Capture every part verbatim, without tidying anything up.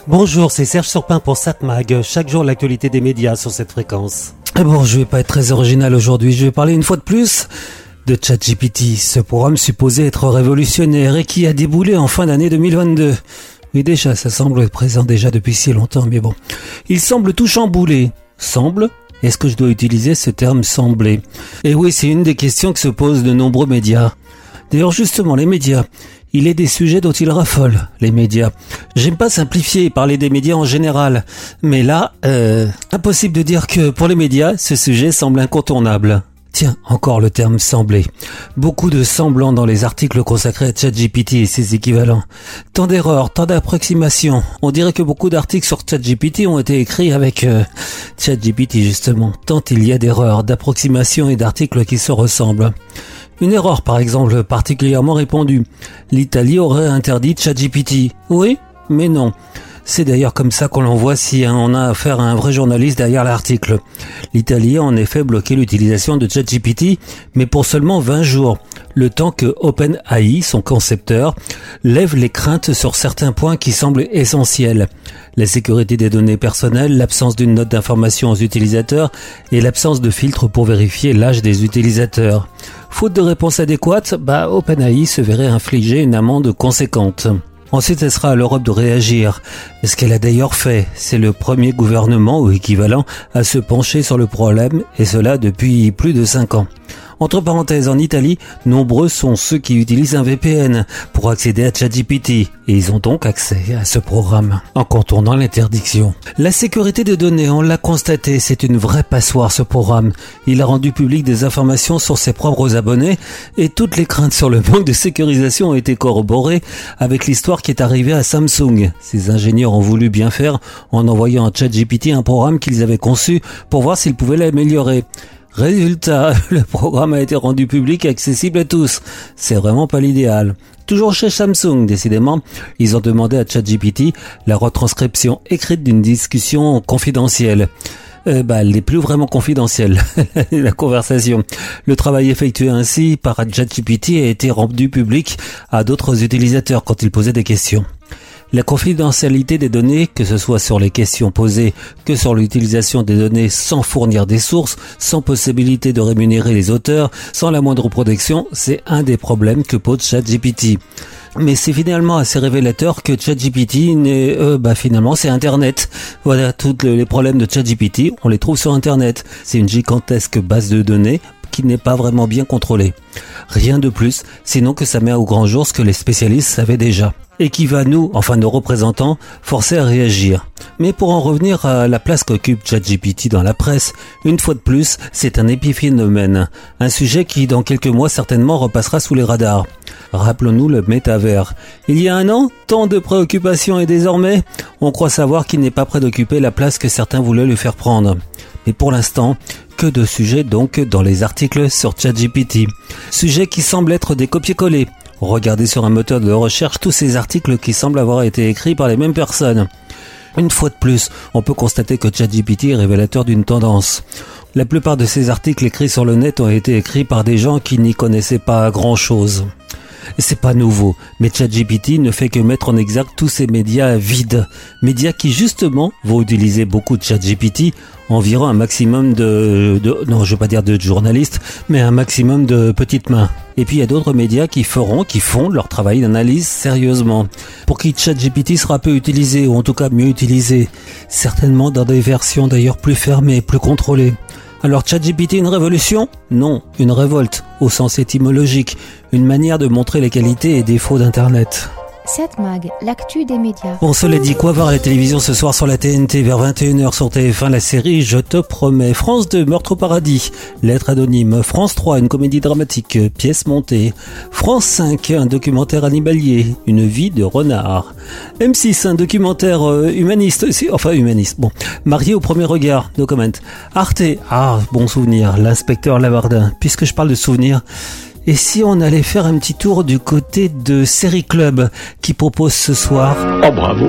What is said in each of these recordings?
Bonjour, c'est Serge Surpin pour Satmag. Chaque jour, l'actualité des médias sur cette fréquence. Et bon, je vais pas être très original aujourd'hui. Je vais parler une fois de plus de ChatGPT, ce programme supposé être révolutionnaire et qui a déboulé en fin d'année deux mille vingt-deux. Oui, déjà, ça semble être présent déjà depuis si longtemps, mais bon. Il semble tout chambouler. Semble ? Est-ce que je dois utiliser ce terme « sembler » ? Et oui, c'est une des questions que se posent de nombreux médias. D'ailleurs, justement, les médias, il est des sujets dont ils raffolent, les médias. J'aime pas simplifier et parler des médias en général, mais là, euh, impossible de dire que pour les médias, ce sujet semble incontournable. Tiens, encore le terme « sembler ». Beaucoup de semblants dans les articles consacrés à ChatGPT et ses équivalents. Tant d'erreurs, tant d'approximations. On dirait que beaucoup d'articles sur ChatGPT ont été écrits avec euh, ChatGPT justement. Tant il y a d'erreurs, d'approximations et d'articles qui se ressemblent. Une erreur par exemple particulièrement répandue. L'Italie aurait interdit ChatGPT. Oui, mais non. C'est d'ailleurs comme ça qu'on l'envoie si on a affaire à un vrai journaliste derrière l'article. L'Italie a en effet bloqué l'utilisation de ChatGPT, mais pour seulement vingt jours. Le temps que OpenAI, son concepteur, lève les craintes sur certains points qui semblent essentiels. La sécurité des données personnelles, l'absence d'une note d'information aux utilisateurs et l'absence de filtre pour vérifier l'âge des utilisateurs. Faute de réponse adéquate, bah OpenAI se verrait infliger une amende conséquente. Ensuite, ce sera à l'Europe de réagir. Ce qu'elle a d'ailleurs fait, c'est le premier gouvernement ou équivalent à se pencher sur le problème, et cela depuis plus de cinq ans. Entre parenthèses, en Italie, nombreux sont ceux qui utilisent un V P N pour accéder à ChatGPT et ils ont donc accès à ce programme en contournant l'interdiction. La sécurité des données, on l'a constaté, c'est une vraie passoire ce programme. Il a rendu public des informations sur ses propres abonnés et toutes les craintes sur le manque de sécurisation ont été corroborées avec l'histoire qui est arrivée à Samsung. Ces ingénieurs ont voulu bien faire en envoyant à ChatGPT un programme qu'ils avaient conçu pour voir s'ils pouvaient l'améliorer. Résultat, le programme a été rendu public et accessible à tous. C'est vraiment pas l'idéal. Toujours chez Samsung, décidément, ils ont demandé à ChatGPT la retranscription écrite d'une discussion confidentielle. Euh, bah, elle n'est plus vraiment confidentielle, la conversation. Le travail effectué ainsi par ChatGPT a été rendu public à d'autres utilisateurs quand ils posaient des questions. La confidentialité des données, que ce soit sur les questions posées que sur l'utilisation des données sans fournir des sources, sans possibilité de rémunérer les auteurs, sans la moindre protection, c'est un des problèmes que pose ChatGPT. Mais c'est finalement assez révélateur que ChatGPT n'est, euh, bah finalement c'est Internet. Voilà, tous les problèmes de ChatGPT, on les trouve sur Internet. C'est une gigantesque base de données qui n'est pas vraiment bien contrôlée. Rien de plus, sinon que ça met au grand jour ce que les spécialistes savaient déjà. Et qui va nous, enfin nos représentants, forcer à réagir. Mais pour en revenir à la place qu'occupe ChatGPT dans la presse, une fois de plus, c'est un épiphénomène. Un sujet qui, dans quelques mois, certainement repassera sous les radars. Rappelons-nous le métavers. Il y a un an, tant de préoccupations et désormais, on croit savoir qu'il n'est pas prêt d'occuper la place que certains voulaient lui faire prendre. Mais pour l'instant, que de sujets donc dans les articles sur ChatGPT. Sujets qui semblent être des copier-coller. Regardez sur un moteur de recherche tous ces articles qui semblent avoir été écrits par les mêmes personnes. Une fois de plus, on peut constater que ChatGPT est révélateur d'une tendance. La plupart de ces articles écrits sur le net ont été écrits par des gens qui n'y connaissaient pas grand-chose. C'est pas nouveau, mais ChatGPT ne fait que mettre en exergue tous ces médias vides. Médias qui justement vont utiliser beaucoup de ChatGPT, environ un maximum de, de... non, je veux pas dire de journalistes, mais un maximum de petites mains. Et puis il y a d'autres médias qui feront, qui font leur travail d'analyse sérieusement. Pour qui ChatGPT sera peu utilisé, ou en tout cas mieux utilisé. Certainement dans des versions d'ailleurs plus fermées, plus contrôlées. Alors ChatGPT une révolution ? Non, une révolte, au sens étymologique, une manière de montrer les qualités et défauts d'Internet. Satmag, l'actu des médias. Bon, cela dit, quoi voir à la télévision ce soir sur la T N T vers vingt et une heures sur T F un, la série Je te promets. France deux, Meurtre au paradis, Lettre anonyme. France trois, une comédie dramatique, pièce montée. France cinq, un documentaire animalier, une vie de renard. M six, un documentaire euh, humaniste, enfin humaniste, bon. Marié au premier regard, no comment. Arte, ah, bon souvenir, l'inspecteur Lavardin. Puisque je parle de souvenirs, et si on allait faire un petit tour du côté de Série Club qui propose ce soir... Oh bravo!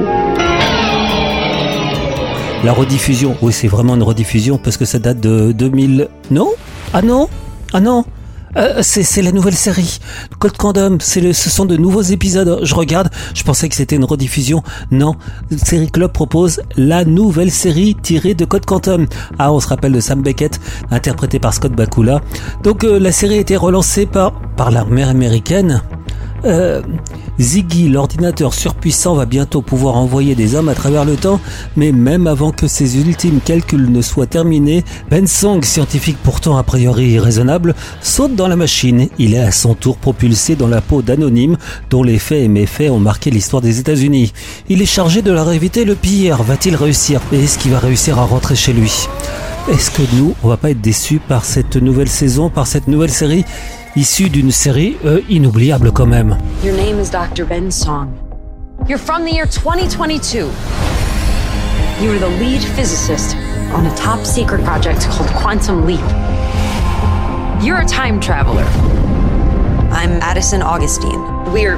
La rediffusion, oui c'est vraiment une rediffusion parce que ça date de deux mille... Non? Ah non? Ah non? Euh, c'est, c'est la nouvelle série. Code Quantum, c'est le, ce sont de nouveaux épisodes. Je regarde, je pensais que c'était une rediffusion. Non, Série Club propose la nouvelle série tirée de Code Quantum. Ah, on se rappelle de Sam Beckett, interprété par Scott Bakula. Donc euh, la série a été relancée par, par l'armée américaine. Euh, Ziggy, l'ordinateur surpuissant, va bientôt pouvoir envoyer des hommes à travers le temps, mais même avant que ses ultimes calculs ne soient terminés, Ben Song, scientifique pourtant a priori raisonnable, saute dans la machine. Il est à son tour propulsé dans la peau d'Anonyme, dont les faits et méfaits ont marqué l'histoire des États-Unis. Il est chargé de leur éviter le pire. Va-t-il réussir? Et est-ce qu'il va réussir à rentrer chez lui? Est-ce que nous, on va pas être déçus par cette nouvelle saison, par cette nouvelle série issue d'une série euh, inoubliable quand même? Your name is Doctor Ben Song. You're from the year twenty twenty-two. You were the lead physicist on a top secret project called Quantum Leap. You're a time traveler. I'm Addison Augustine. We're...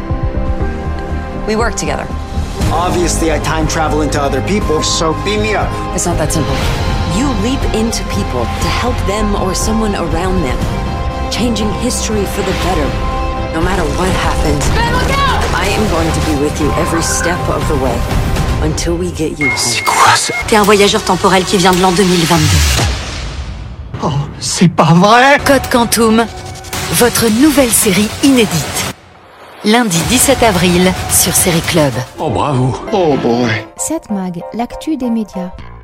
We work together. Obviously, I time travel into other people, so beam me up. It's not that simple. You leap into people to help them or someone around them, changing history for the better, no matter what happens. Ben, look out! I am going to be with you every step of the way, until we get you home. C'est quoi ça? T'es un voyageur temporel qui vient de l'an deux mille vingt-deux. Oh, c'est pas vrai! Code Quantum, votre nouvelle série inédite. Lundi dix-sept avril sur Série Club. Oh bravo! Oh boy! sept Mag, l'actu des médias.